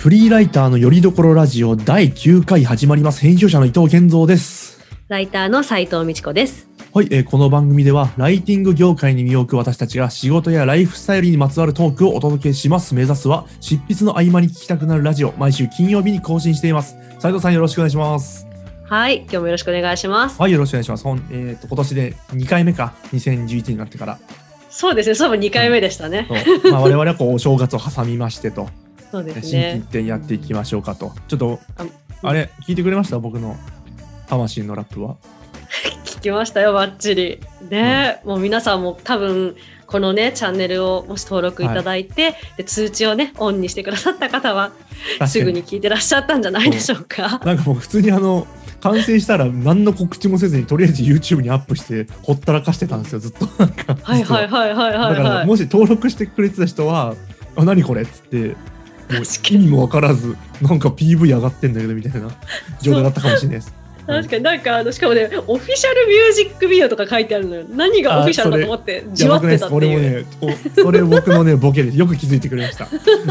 フリーライターのよりどころラジオ第9回始まります。編集者の伊藤健三です。 ライターの斉藤美智子です。 はい、この番組ではライティング業界に身を置く私たちが仕事やライフスタイルにまつわるトークをお届けします。目指すは執筆の合間に聞きたくなるラジオ、毎週金曜日に更新しています。斉藤さん、よろしくお願いします。 はい、今日もよろしくお願いします。 はい、よろしくお願いします。今年で2回目か、2011になってから。 そうですね、そういえば2回目でしたね。 我々はお正月を挟みましてと、 そうですね、 新規一点やっていきましょうかと。ちょっとあれ聞いてくれました？僕の魂のラップは。 聞きましたよ、バッチリね、もう皆さんも多分このねチャンネルをもし登録いただいて、で通知をねオンにしてくださった方はすぐに聞いてらっしゃったんじゃないでしょうか。 なんかもう普通に完成したら何の告知もせずにとりあえず YouTube にアップしてほったらかしてたんですよ、ずっと。なんかはいはいはいはいはい、 だからもし登録してくれてた人は何これっつってもう意味も分からずなんか PV 上がってんだけどみたいな状態だったかもしれないです。 確かになんかしかもねオフィシャルミュージックビデオとか書いてあるのよ。何がオフィシャルだと思ってじわってたっていう。 俺もねそれ僕のねボケです。よく気づいてくれました。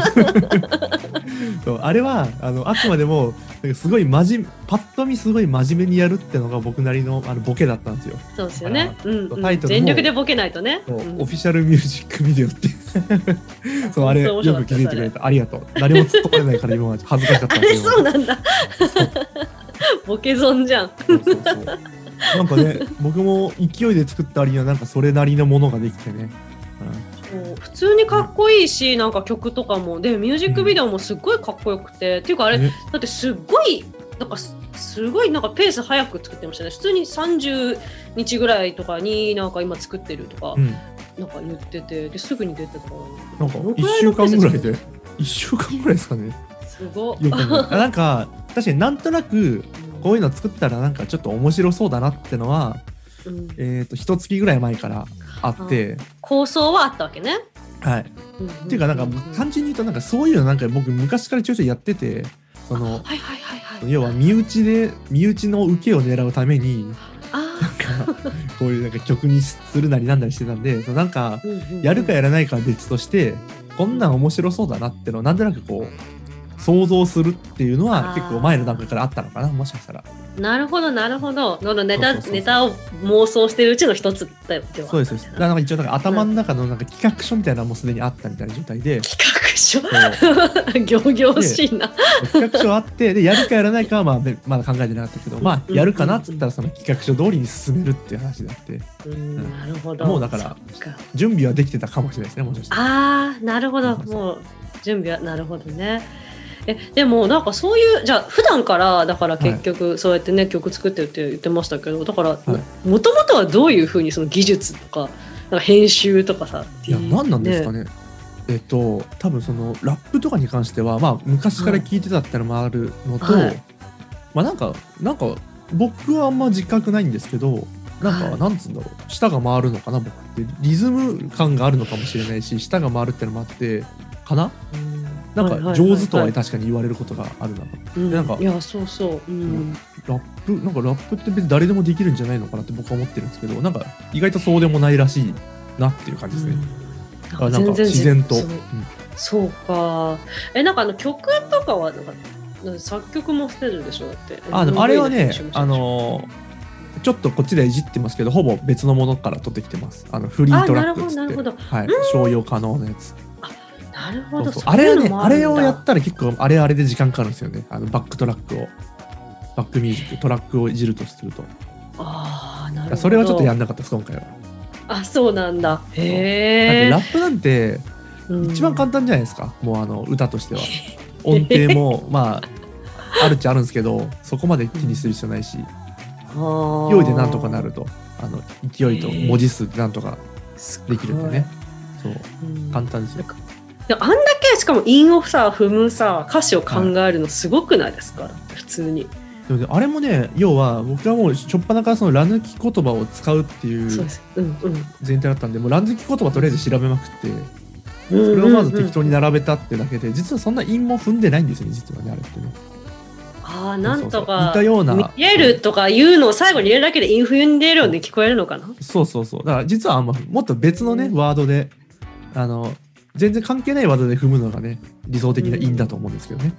そうあれはあくまでもすごいパッと見すごい真面目にやるってのが僕なりのボケだったんですよ。 そうですよね、 タイトルも全力でボケないとね、 オフィシャルミュージックビデオってそうあれよく気づいてくれた。ありがとう。誰も突っ込まれないから今まで恥ずかしかったんですけど。 そうなんだ。ボケ損じゃん。 そうなんかね僕も勢いで作った割にはなんかそれなりのものができてね、 普通にかっこいいし、なんか曲とかもでミュージックビデオもすっごいかっこよくて、っていうかあれだってすっごいなんかペース早く作ってましたね。普通に30日ぐらいとかになんか今作ってるとか、なんか言っててですぐに出てたからなんか1週間ぐらいで1週間ぐらいですかね。 すごい。なんか確かになんとなくこういうの作ったらなんかちょっと面白そうだなってのは、一月ぐらい前からあって構想はあったわけね。 はい、っていうかなんか単純に言うとなんかそういうのなんか僕昔からちょいちょいやってて、要は身内の受けを狙うためになんかこういうなんか曲にするなりなんだりしてたんで、なんかやるかやらないかは別としてこんなん面白そうだなってのをなんとなくこう想像するっていうのは結構前の段階からあったのかな、もしかしたら。 なるほどなるほど。ネタを妄想してるうちの一つだよ。 そうです。だから一応なんか頭の中のなんか企画書みたいなのもすでにあったみたいな状態で。 企画書仰々しいな。 企画書あってでやるかやらないかはまだ考えてなかったけど、やるかなっつったらその企画書通りに進めるっていう話であって。 なるほど。 もうだから準備はできてたかもしれないですね、もしかしたら。なるほど。もう準備はなるほどね。でもなんかそういうじゃあ普段からだから結局そうやってね、曲作ってるって言ってましたけど、だからもともとはどういうふうにその技術とかなんか編集とかさ、 いや何なんですかね。多分そのラップとかに関しては昔から聞いてたってのもあるのと、なんか僕はあんま自覚ないんですけど、なんつうんだろう、舌が回るのかな、僕ってリズム感があるのかもしれないし、舌が回るってのもあってかな。なんか上手とは確かに言われることがあるな。なんかいやそうそう、 ラップって別に誰でもできるんじゃないのかなって僕は思ってるんですけど、なんか意外とそうでもないらしいなっていう感じですね。なんか自然と。 そうか。なんか曲とかはなんか作曲もしてるでしょ。だってあれはねちょっとこっちでいじってますけど、ほぼ別のものから取ってきてます。フリートラックっつって、商用可能なやつ。 なるほど。 あれはね、あれをやったら結構あれで時間かかるんですよね。バックトラックをバックミュージックトラックをいじるとすると。 なるほど。 それはちょっとやんなかったです今回は。 そうなんだ。 へえ。ラップなんて一番簡単じゃないですか。もう歌としては音程もあるっちゃあるんですけど、そこまで気にする必要ないし、勢いでなんとかなると、勢いと文字数でなんとかできるんでね。そう簡単ですよ。 あんだけしかも韻を踏む歌詞を考えるのすごくないですか、普通に。 であれもね、要は僕はもう初っ端からそのラ抜き言葉を使うっていう前提だったんで、もうラ抜き言葉とりあえず調べまくって、それをまず適当に並べたってだけで、実はそんな韻も踏んでないんですよね、実はね、あれってね。 なんとか似たような見えるとかいうのを最後に入れるだけで韻踏んでるように聞こえるのかな。 そうだから実はもっと別のね、ワードで全然関係ない技で踏むのがね理想的な韻だと思うんですけどね。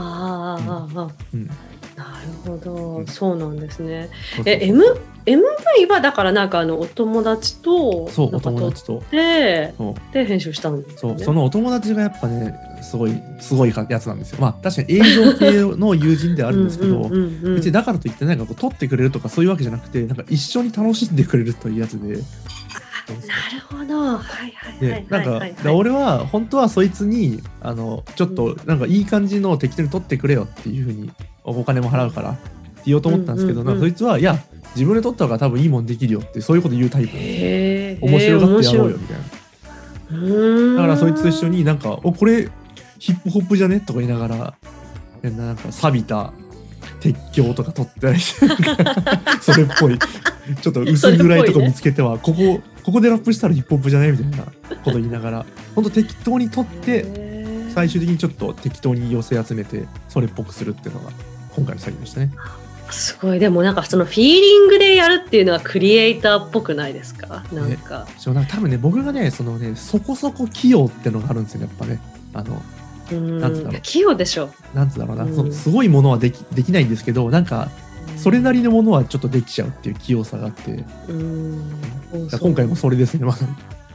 なるほど、そうなんですね。 そうそうそう MV はだからなんかお友達とそうお友達とでそう編集したんですね。 そうそのお友達がやっぱねすごいやつなんですよ。まあ確かに映像系の友人ではあるんですけど別にだからといってなんかこう撮ってくれるとかそういうわけじゃなくてなんか一緒に楽しんでくれるというやつで。 なるほど、はいはいはいなんか俺は本当はそいつにちょっとなんかいい感じのを適当に撮ってくれよっていう風にお金も払うからって言おうと思ったんですけど、なんかそいつはいや自分で撮った方が多分いいもんできるよってそういうこと言うタイプ。面白がってやろうよみたいな。だからそいつと一緒になんかこれヒップホップじゃねとか言いながらなんか錆びた鉄橋とか撮ってたりしてそれっぽいちょっと薄暗いとこ見つけては、ここでラップしたらヒップホップじゃないみたいなこと言いながらほんと適当に撮って最終的にちょっと適当に寄せ集めてそれっぽくするっていうのが今回の作業でしたね。 すごい。でもなんかそのフィーリングでやるっていうのはクリエイターっぽくないですか？なんか多分ね僕がねそこそこ器用ってのがあるんですよね、やっぱね。なんつうんだろう、 器用でしょ。 なんつうんだろうな、すごいものはできないんですけどなんかそれなりのものはちょっとできちゃうっていう器用さがあって、今回もそれですね。まさに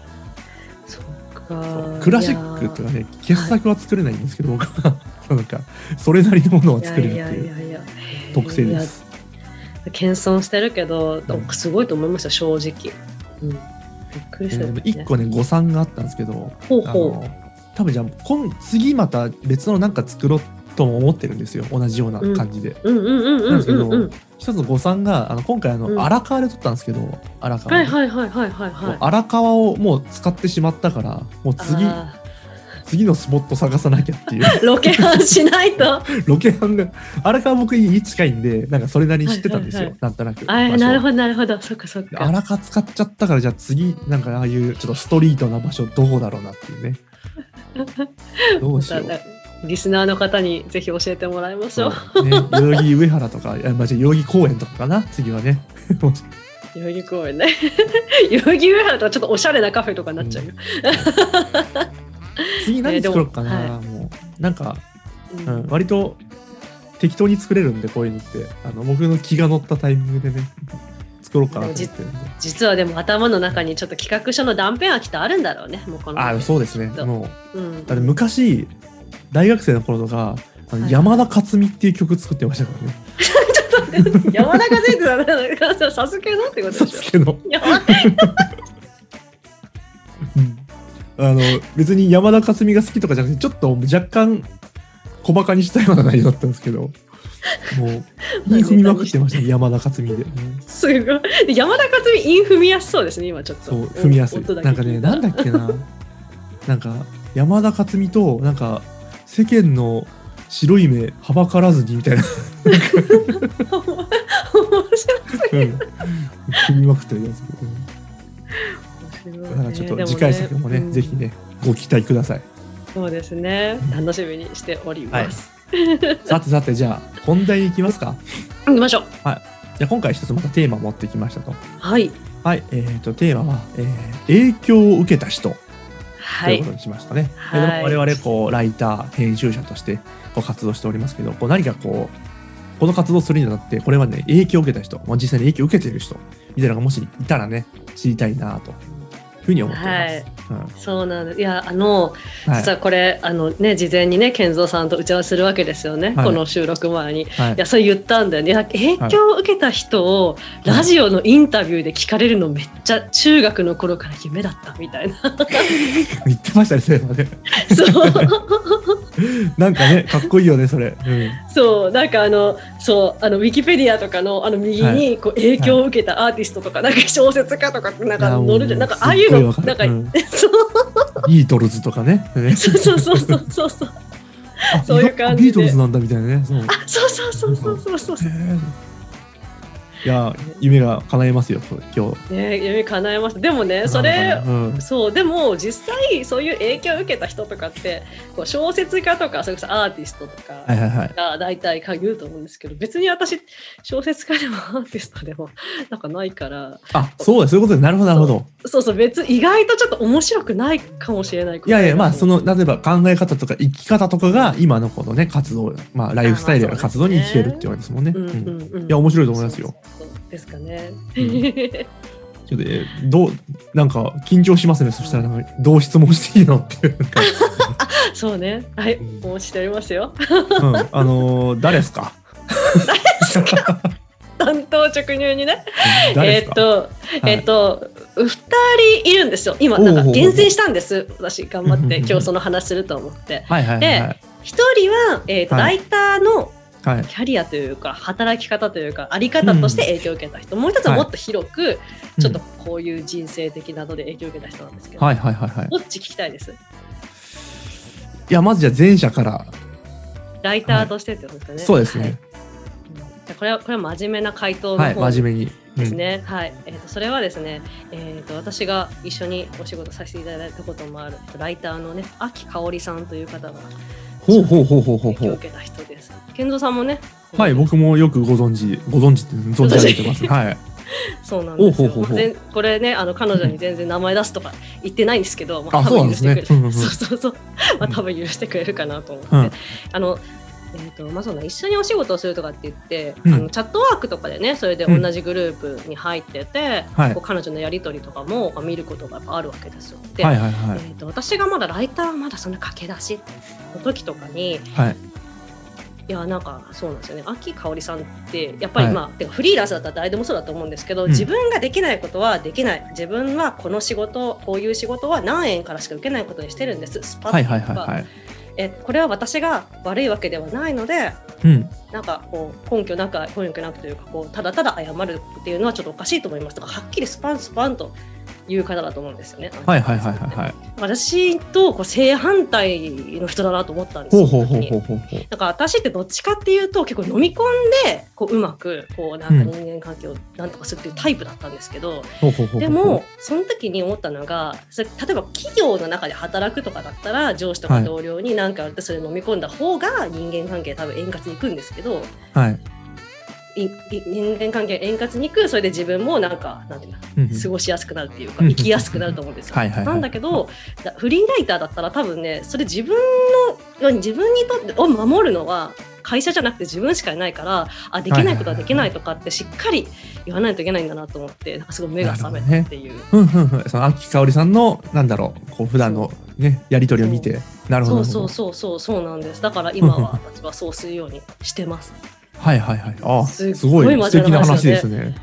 クラシックとかね傑作は作れないんですけど、僕はなんかそれなりのものは作れるっていう特性です。 謙遜してるけどすごいと思いました、正直。びっくりした。 1個ね誤算があったんですけど、多分じゃあ次また別のなんか作ろうとも思ってるんですよ、同じような感じで。なんですけど一つの誤算が今回荒川で撮ったんですけど、荒川をもう使ってしまったからもう次のスポット探さなきゃっていうロケハンしないとロケハンが荒川僕家近いんでなんかそれなりに知ってたんですよ、なんとなく。 なるほどなるほど、そっかそっか。 荒川使っちゃったからじゃあ次なんかああいうちょっとストリートな場所どこだろうなっていうねどうしよう。 リスナーの方にぜひ教えてもらいましょう。 代々木上原とか代々木公園とかかな次はね代々木公園ね代々木上原とはちょっとおしゃれなカフェとかになっちゃうよ、 次何作ろうかな、もうなんか、割と適当に作れるんでこういうのって僕の気が乗ったタイミングでね作ろうかなと思ってるんで。実はでも頭の中にちょっと企画書の断片はきっとあるんだろうね、もうこの。 そうですね。もう、だって昔大学生の頃とか山田勝美っていう曲作ってましたからねちょっと待って、山田勝美ってサスケのってことでしょ。 サスケの別に山田勝美が好きとかじゃなくてちょっと若干小バカにしたような内容だったんですけど、もうイン踏みまくってましたね山田勝美で。 すごい。山田勝美イン踏みやすそうですね今ちょっと。 そう踏みやすい。なんかねなんだっけななんか山田勝美となんか世間の白い目はばからずにみたいな面白すぎる、踏みまくってるやつ。だからちょっと次回作もねぜひねご期待ください。 そうですね、楽しみにしております、 さてじゃあ本題に行きますか。 行きましょう。 じゃあ今回一つまたテーマを持ってきましたと。 はい、 テーマは、影響を受けた人ということにしましたね。我々こうライター編集者としてこう活動しておりますけど、何かこの活動するにあたってこれまで、ね、影響を受けた人、実際に影響を受けている人みたいなのがもしいたらね知りたいなというふうに思っています。 そうなんです。いや実はこれ事前にね健三さんと打ち合わせするわけですよね、この収録前に。いやそれ言ったんだよね。影響を受けた人をラジオのインタビューで聞かれるのめっちゃ中学の頃から夢だったみたいな言ってましたねそれはね。そうなんかねかっこいいよねそれ、 そうなんかウィキペディアとかの右にこう影響を受けたアーティストとかなんか小説家とかなんか載るじゃん。なんかああいうのなんかビートルズとかね。 そうそういう感じでビートルズなんだみたいなね。 そういや夢が叶えますよ今日。 ね、夢叶えました。でもねそれ、そうでも実際そういう影響を受けた人とかってこう小説家とかそれこそアーティストとかが大体限ると思うんですけど、別に私小説家でもアーティストでもなんかないから。 そういうことで、なるほどなるほど。 そう別意外とちょっと面白くないかもしれない。 いやまあその例えば考え方とか生き方とかが今のこのね活動、まあライフスタイルや活動に生きてるっていうわけですもんね。いや面白いと思いますよ。 そうですかね。 ちょっとなんか緊張しますね。そしたらどう質問していいのっていう。 そうね。はい、もうしておりますよ。 誰ですか？ 担当直入にね。2人いるんですよ。今なんか厳選したんです。私頑張って今日その話すると思って。で、1人はライターのキャリアというか働き方というかあり方として影響を受けた人、もう一つはもっと広くちょっとこういう人生的などで影響を受けた人なんですけど、どっち聞きたいです？ いやまずじゃあ前者からライターとしてってことですかね。 そうですね。 これは真面目な回答の方真面目にですね。それはですね、私が一緒にお仕事させていただいたこともあるライターのね秋香織さんという方が影響を受けた人です。健三さんもね。 はい、僕もよくご存知って存じ上げてます。はい。 そうなんですよ。これね彼女に全然名前出すとか言ってないんですけど、多分許してくれる。多分許してくれるかなと思って。一緒にお仕事をするとかって言って、チャットワークとかでねそれで同じグループに入ってて、彼女のやり取りとかも見ることがあるわけですよ。で、私がまだライターまだそんな駆け出しの時とかに、いやなんかそうなんですよね。秋香織さんってやっぱりフリーランスだったら誰でもそうだと思うんですけど、自分ができないことはできない、自分はこういう仕事は何円からしか受けないことにしてるんです。スパッとか。これは私が悪いわけではないので、なんかこう根拠なくというかただただ謝るっていうのはちょっとおかしいと思いますとか、はっきりスパンという方だと思うんですよね。私と正反対の人だなと思ったんですよ。なんか私ってどっちかっていうと結構飲み込んでうまくなんか人間関係をなんとかするっていうタイプだったんですけど、でもその時に思ったのが、例えば企業の中で働くとかだったら上司とか同僚に何か言われてそれ飲み込んだ方が人間関係多分円滑にいくんですけど、人間関係円滑にいく、それで自分もなんていうの、過ごしやすくなるっていうか生きやすくなると思うんですよ。なんだけどフリーライターだったら多分ねそれ自分にとってを守るのは会社じゃなくて自分しかいないから、できないことはできないとかってしっかり言わないといけないんだなと思って、なんかすごい目が覚めたっていう。 その秋香織さんの普段のねやり取りを見て、なるほど。 そうなんです。だから今は私はそうするようにしてます。 すごい素敵な話ですね。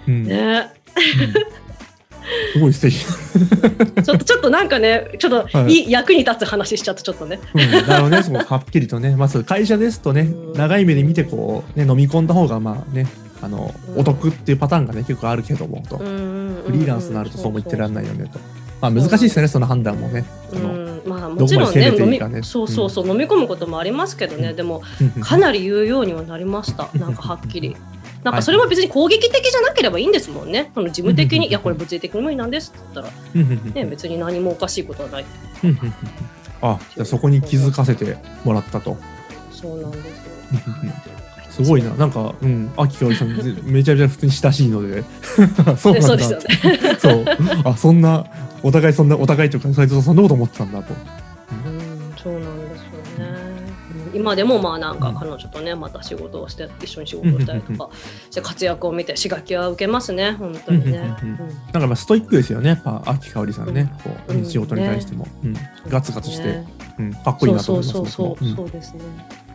すごい素敵。 ちょっとなんかね、ちょっといい役に立つ話しちゃってちょっとね。 なるほどね、はっきりとね、会社ですとね、長い目で見て飲み込んだ方がお得っていうパターンがね結構あるけどもと、フリーランスになるとそうも言ってらんないよねと。難しいですよね、その判断もね。もちろんね、飲み込むこともありますけどね、でもかなり言うようにはなりました。なんかはっきり。なんかそれは別に攻撃的じゃなければいいんですもんね。事務的にいやこれ物理的に無理なんですって言ったら、別に何もおかしいことはない。 じゃあそこに気づかせてもらったと。 そうなんですよ。 すごいな、なんか秋香織さんめちゃめちゃ普通に親しいのでそうですよね。 そんなお互いとか斉藤さんそんなこと思ってたんだと。 そうなんですよね。今でもなんか彼女とねまた仕事をして一緒に仕事をしたりとかして活躍を見て刺激は受けますね、本当にね。 なんかストイックですよね、やっぱ秋香織さんね、仕事に対してもガツガツしてかっこいいなと思います。 そうですね。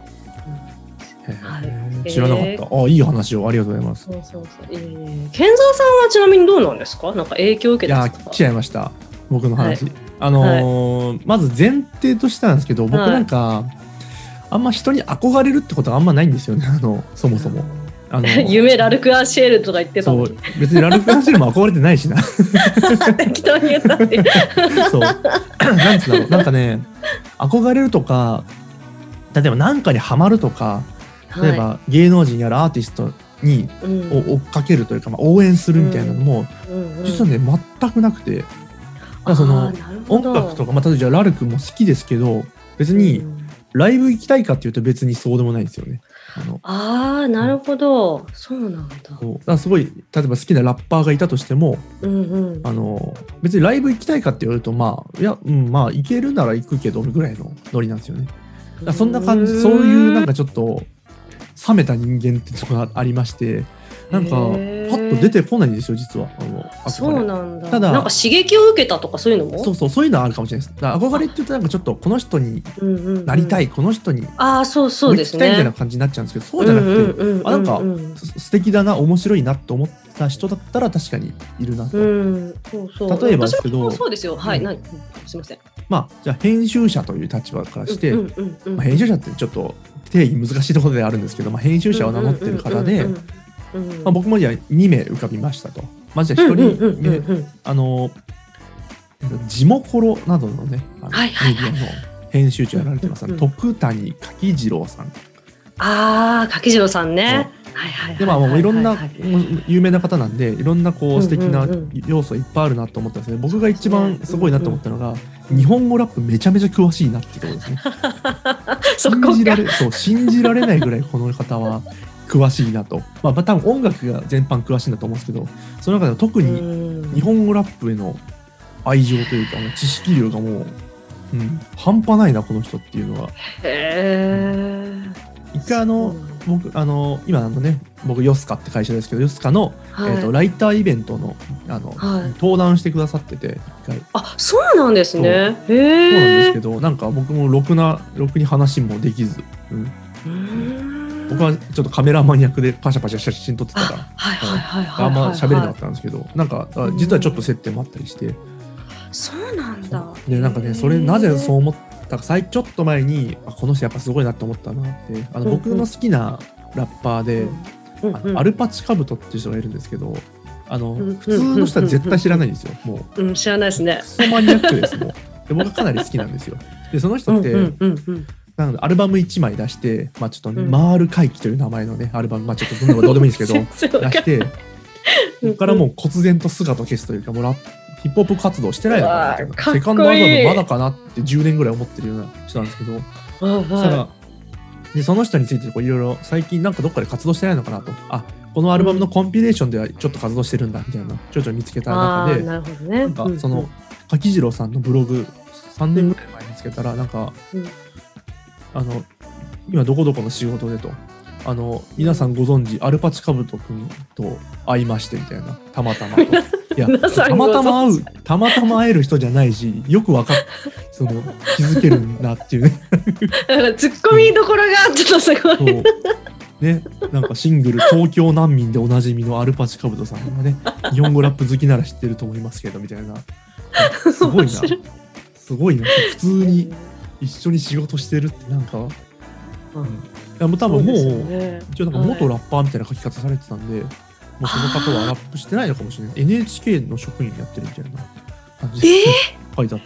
知らなかった。いい話をありがとうございます。健三さんはちなみにどうなんですか？なんか影響を受けてますか？ 来ちゃいました、僕の話。まず前提としてなんですけど、僕なんかあんま人に憧れるってことはあんまないんですよね、そもそも。 夢ラルク・アーシェールとか言ってたのに。 別にラルク・アーシェールも憧れてないしな。 適当に言ったっていう。 なんつうんだろう、なんかね、憧れるとか、例えば何かにハマるとか、例えば芸能人やらアーティストに、追っかけるというか、応援するみたいなのも、実はね全くなくて、だからその音楽とか、例えばじゃあラルクも好きですけど、別にライブ行きたいかっていうと別にそうでもないんですよね。 なるほど、そうなんだ。 だからすごい例えば好きなラッパーがいたとしても、別にライブ行きたいかって言われるといや、行けるなら行くけどぐらいのノリなんですよね。だからそんな感じ、そういうなんかちょっと冷めた人間ってところがありまして、なんかパッと出てこないんですよ実は。 そうなんだ。 ただなんか刺激を受けたとかそういうのも、 そういうのはあるかもしれないです。だから憧れって言うとなんかちょっとこの人になりたい、この人にそうですね、 みたいな感じになっちゃうんですけど、そうじゃなくて、なんか素敵だな、面白いなと思った人だったら確かにいるなと。例えばですけど、 そうですよ、はい、すいません。 じゃあ編集者という立場からして、編集者ってちょっと定義難しいところであるんですけど、編集者を名乗ってる方で、僕もじゃあ2名浮かびましたと。まずじゃあ1人、ジモコロなどのね、メディアの編集長やられてます、徳谷柿次郎さん。 柿次郎さんね。 でもういろんな有名な方なんで、いろんなこう素敵な要素いっぱいあるなと思ったんですね。僕が一番すごいなと思ったのが、日本語ラップめちゃめちゃ詳しいなってところですね。信じられないぐらいこの方は詳しいなと。多分音楽が全般詳しいんだと思うんですけど、その中でも特に日本語ラップへの愛情というか知識量がもう、半端ないなこの人っていうのは。一回僕今ね、僕ヨスカって会社ですけど、ヨスカの、ライターイベントの登壇してくださってて、一回。 そうなんですね。 そうなんですけど、なんか僕もろくに話もできず、僕はちょっとカメラマン役でパシャパシャ写真撮ってたからあんま喋れなかったんですけど、なんか実はちょっと接点もあったりして。 そうなんだ。 でなんかね、それなぜそう思ったか、ちょっと前にこの人やっぱすごいなと思ったなって、僕の好きなラッパーで、アルパチカブトっていう人がいるんですけど、普通の人は絶対知らないんですよ。もう、 知らないですね。 クソマニアックですもん。で僕はかなり好きなんですよ。でその人ってなのでアルバム1枚出して、ちょっとね、マール回帰という名前のねアルバム、ちょっとそんなのどうでもいいんですけど出して、そこからもう忽然と姿を消すというか、もうヒップホップ活動してないのかなみたいな、セカンドアルバムまだかなって10年ぐらい思ってるような人なんですけど、でその人についていろいろ最近なんかどっかで活動してないのかなと、このアルバムのコンピレーションではちょっと活動してるんだみたいなちょいちょい見つけた中で、なんかその柿次郎さんのブログ3年ぐらい前に見つけたら、なんか今どこどこの仕事でと、皆さんご存知アルパチカブト君と会いましてみたいな、たまたまと。いやたまたま会える人じゃないし、よく気づけるなっていうね。 ツッコミどころがちょっとすごい。 ね、なんかシングル「東京難民」でおなじみのアルパチカブトさんがね、日本語ラップ好きなら知ってると思いますけどみたいな。すごいな、すごいな、普通に一緒に仕事してるってなんか、多分もう一応なんか元ラッパーみたいな書き方されてたんで、もうその方はラップしてないのかもしれない。 NHK の職員やってるみたいな感じで書いてあって、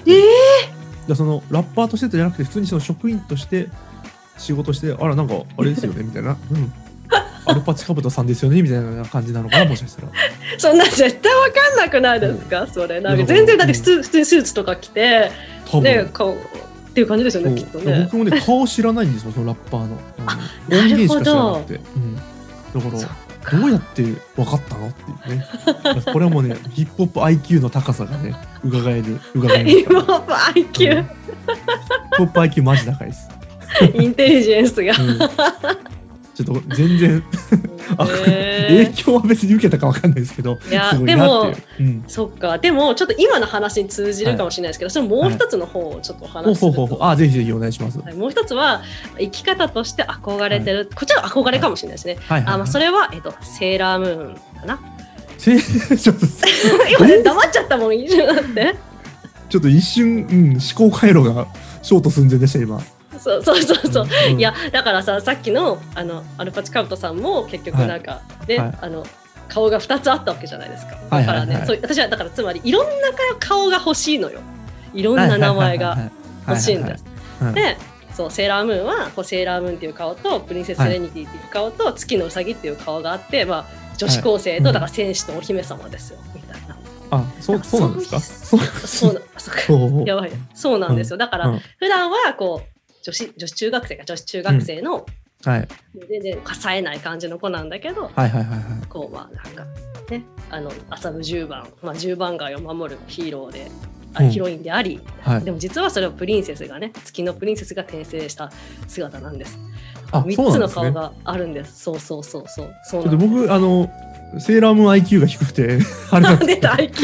そのラッパーとしてじゃなくて普通にその職員として仕事して、なんかあれですよねみたいな、アルパチカブトさんですよねみたいな感じなのかな、もしかしたら。 そんな絶対わかんなくないですか、それ。なんか全然だって普通にスーツとか着てね、顔っていう感じですよね、きっとね。 僕もね顔知らないんですよ、そのラッパーの音源しか知らなくて、だからどうやって分かったのっていうね。これはもうね、ヒップホップ IQ の高さがね伺える。ヒップホップ IQ、 ヒップホップ IQ マジ高いです。 インテリジェンスがちょっと全然影響は別に受けたか分かんないですけど、 いやでも、そっか、でもちょっと今の話に通じるかもしれないですけど、そのもう一つの方をちょっとお話しすると、 ぜひぜひお願いします。 もう一つは生き方として憧れてる、こちらは憧れかもしれないですね。それはセーラームーンかな。ちょっと今ね黙っちゃったもん、一瞬だってちょっと一瞬、思考回路がショート寸前でした今。 そういやだからさっきのアルパチカブトさんも結局なんかね、顔が2つあったわけじゃないですか。だからね、私はだからつまりいろんな顔が欲しいのよ。いろんな名前が欲しいんです。でそうセーラームーンはこうセーラームーンっていう顔とプリンセスセレニティっていう顔と、月のうさぎっていう顔があって、まあ、女子高生とだから戦士とお姫様ですよ、みたいな。 そうなんですか。 やばい。そうなんですよ。だから普段はこう女子中学生の、全然冴えない感じの子なんだけど、こうまあなんかね、麻布十番、まあ10番街を守るヒーローで。ヒロインであり、でも実はそれをプリンセスがね、月のプリンセスが転生した姿なんです。3つの顔があるんです。そう。そう僕セーラームーン IQ が低くてあれなんです、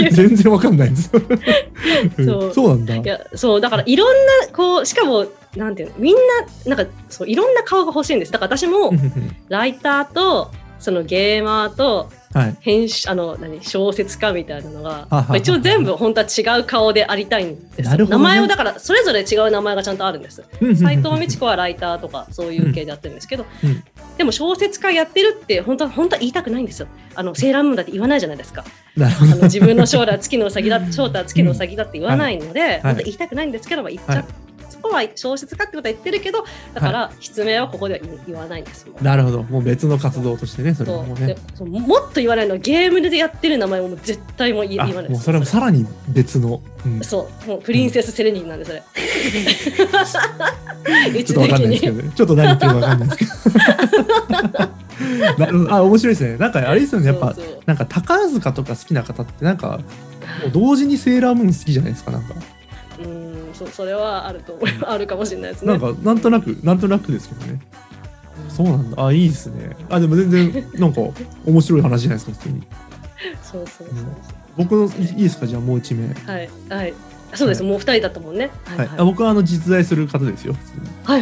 全然わかんないんですよ。そうなんだ。いや、そうだからいろんなこうしかもなんていうの、みんななんかそういろんな顔が欲しいんです。だから私もライターとそのゲーマーと編集小説家みたいなのが一応全部本当は違う顔でありたいんです。名前をだからそれぞれ違う名前がちゃんとあるんです。斉藤美智子はライターとかそういう系でやってるんですけど、でも小説家やってるって本当は言いたくないんですよ。セーラームーンだって言わないじゃないですか。自分の将来は月のうさぎだ、翔太は月のうさぎだって言わないので、本当言いたくないんですけど、言っちゃう。そこは小説家ってことは言ってるけど、だから筆名はここでは言わないんですよ。 なるほど、もう別の活動としてね、それもね。 もっと言わないのはゲームでやってる名前をもう絶対も言わないです。 もうそれもさらに別の。 そうもうプリンセスセレニーなんでそれ。 ちょっとわかんないですけどね。ちょっと何言ってるかわかんないですけど。なるほど。面白いですね。なんかあれですよね、やっぱなんか宝塚とか好きな方ってなんかもう同時にセーラームーン好きじゃないですか、なんか。 それはあるとあるかもしれないですね。 なんとなくですけどね。そうなんだ。いいですね。でも全然なんか面白い話じゃないですか、普通に。 そう。 僕のいいですか、じゃあもう1名。 はい。そうです、もう2人だったもんね。 僕は実在する方ですよ。 はい。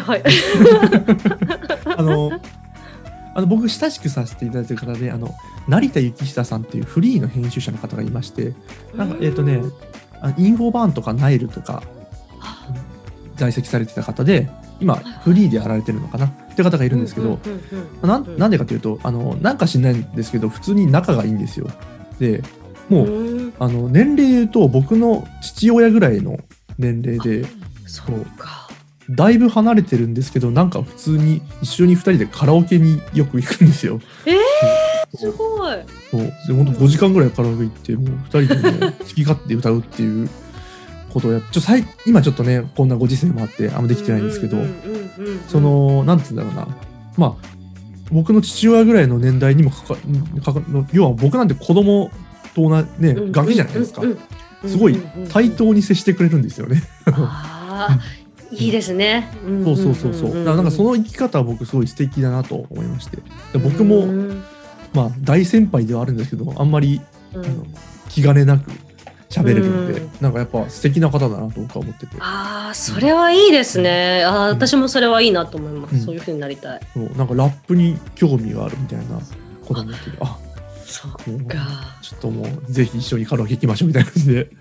僕親しくさせていただいている方で成田幸久さんっていうフリーの編集者の方がいまして、なんかインフォバーンとかナイルとか在籍されてた方で、今フリーでやられてるのかなって方がいるんですけど、なんでかというとなんか知んないんですけど普通に仲がいいんですよ。でもう年齢で言うと僕の父親ぐらいの年齢で、 そうか、 だいぶ離れてるんですけど、なんか普通に一緒に2人でカラオケによく行くんですよ。 すごい。 そうで本当5時間ぐらいカラオケ行ってもう2人でも好き勝手歌うっていうことを今ちょっとねこんなご時世もあってあんまできてないんですけど、なんていうんだろうな、まあ僕の父親ぐらいの年代にも要は僕なんて子供とねガキじゃないですか。すごい対等に接してくれるんですよね。 いいですね。 そうなんかその生き方は僕すごい素敵だなと思いまして、僕もまあ大先輩ではあるんですけど、あんまり気兼ねなく喋れるので、なんかやっぱ素敵な方だなと僕は思ってて。 それはいいですね。私もそれはいいなと思います。そういう風になりたい。 なんかラップに興味があるみたいなことになってて、 そっか。 ちょっともうぜひ一緒にカラオケ行きましょうみたいな感じで。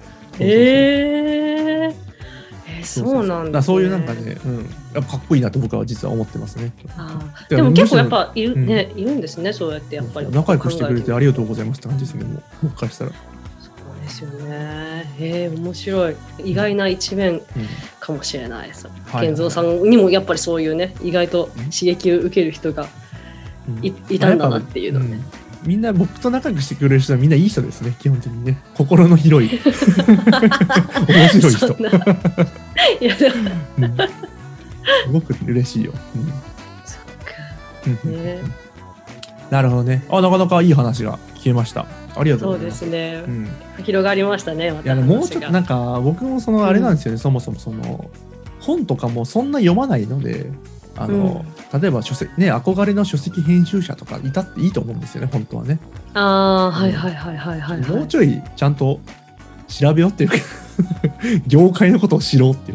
そうなんだ。 そういうなんかね、やっぱかっこいいなと僕は実は思ってますね。 でも結構やっぱいるんですね、そうやってやっぱり。 仲良くしてくれてありがとうございますって感じですね、もう僕からしたら。 そうですよね。面白い。意外な一面かもしれないです。健三さんにもやっぱりそういうね、意外と刺激を受ける人がいたんだなっていうのね。 みんな僕と仲良くしてくれる人はみんないい人ですね、基本的にね。心の広い面白い人。いやでもすごく嬉しいよ。 そっか。 なるほどね。なかなかいい話が聞けました。ありがとうございます。 そうですね。広がりましたね。 いやもうちょっとなんか僕もあれなんですよね。そもそも本とかもそんな読まないので。例えば書籍ね、憧れの書籍編集者とかいたっていいと思うんですよね、本当はね。もうちょいちゃんと調べようっていうか業界のことを知ろうっていう、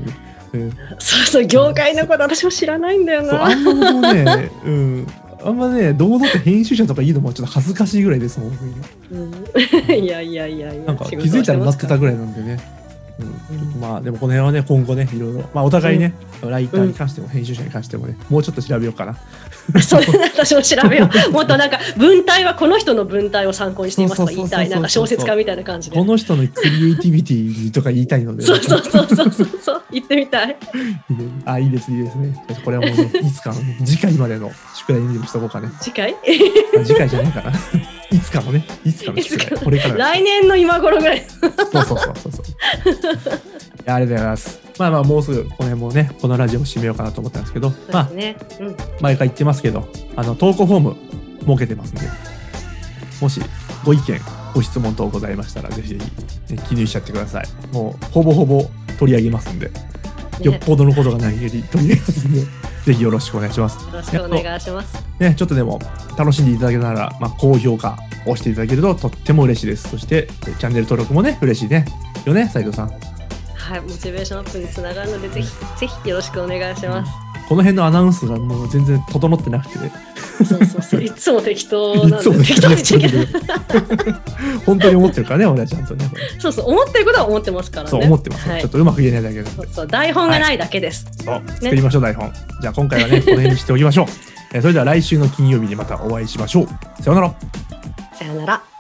そう業界のこと私も知らないんだよな。 あんまね堂々と編集者とか言うのもちょっと恥ずかしいぐらいですもん。 いやなんか気づいたらなってたぐらいなんでね。 まあでもこの辺はね今後ねいろいろ、まあ、お互いね、ライターに関しても編集者に関してもねもうちょっと調べようかな。 それ私も調べよう。もっとなんか文体はこの人の文体を参考にしていますとか言いたい、なんか小説家みたいな感じで。 この人のクリエイティビティとか言いたいので。 そう言ってみたい。 あ、いいですね。これはもうねいつかの、ね、次回までの宿題にでもしとこうかね。 次回？ 次回じゃないかな。いつかの宿題。これから。 来年の今頃ぐらい。 そう。いや、ありがとうございます。まあもうすぐこの辺もねこのラジオを締めようかなと思ったんですけど、まあ、毎回言ってますけど投稿フォーム設けてますんで、もしご意見ご質問等ございましたらぜひぜひ、ね、記入しちゃってください。もうほぼ取り上げますんで、よっぽどのことがないより取り上げますんで、ぜひよろしくお願いします。 よろしくお願いします。 ね、ちょっとでも楽しんでいただけたら、高評価をしていただけるととっても嬉しいです。そしてチャンネル登録もね嬉しいねよね、斉藤さん。 はい、モチベーションアップにつながるのでぜひよろしくお願いします。 この辺のアナウンスがもう全然整ってなくてね。 そういつも適当なんで適当に本当に思ってるからね俺はちゃんとね。 そう思ってることは思ってますからね。 そう思ってます、はい、ちょっとうまく言えないだけで。 そう台本がないだけです、 はい、そう作りましょう、台本。じゃあ今回はねこの辺にしておきましょう。それでは来週の金曜日にまたお会いしましょう。さようなら。 さようなら。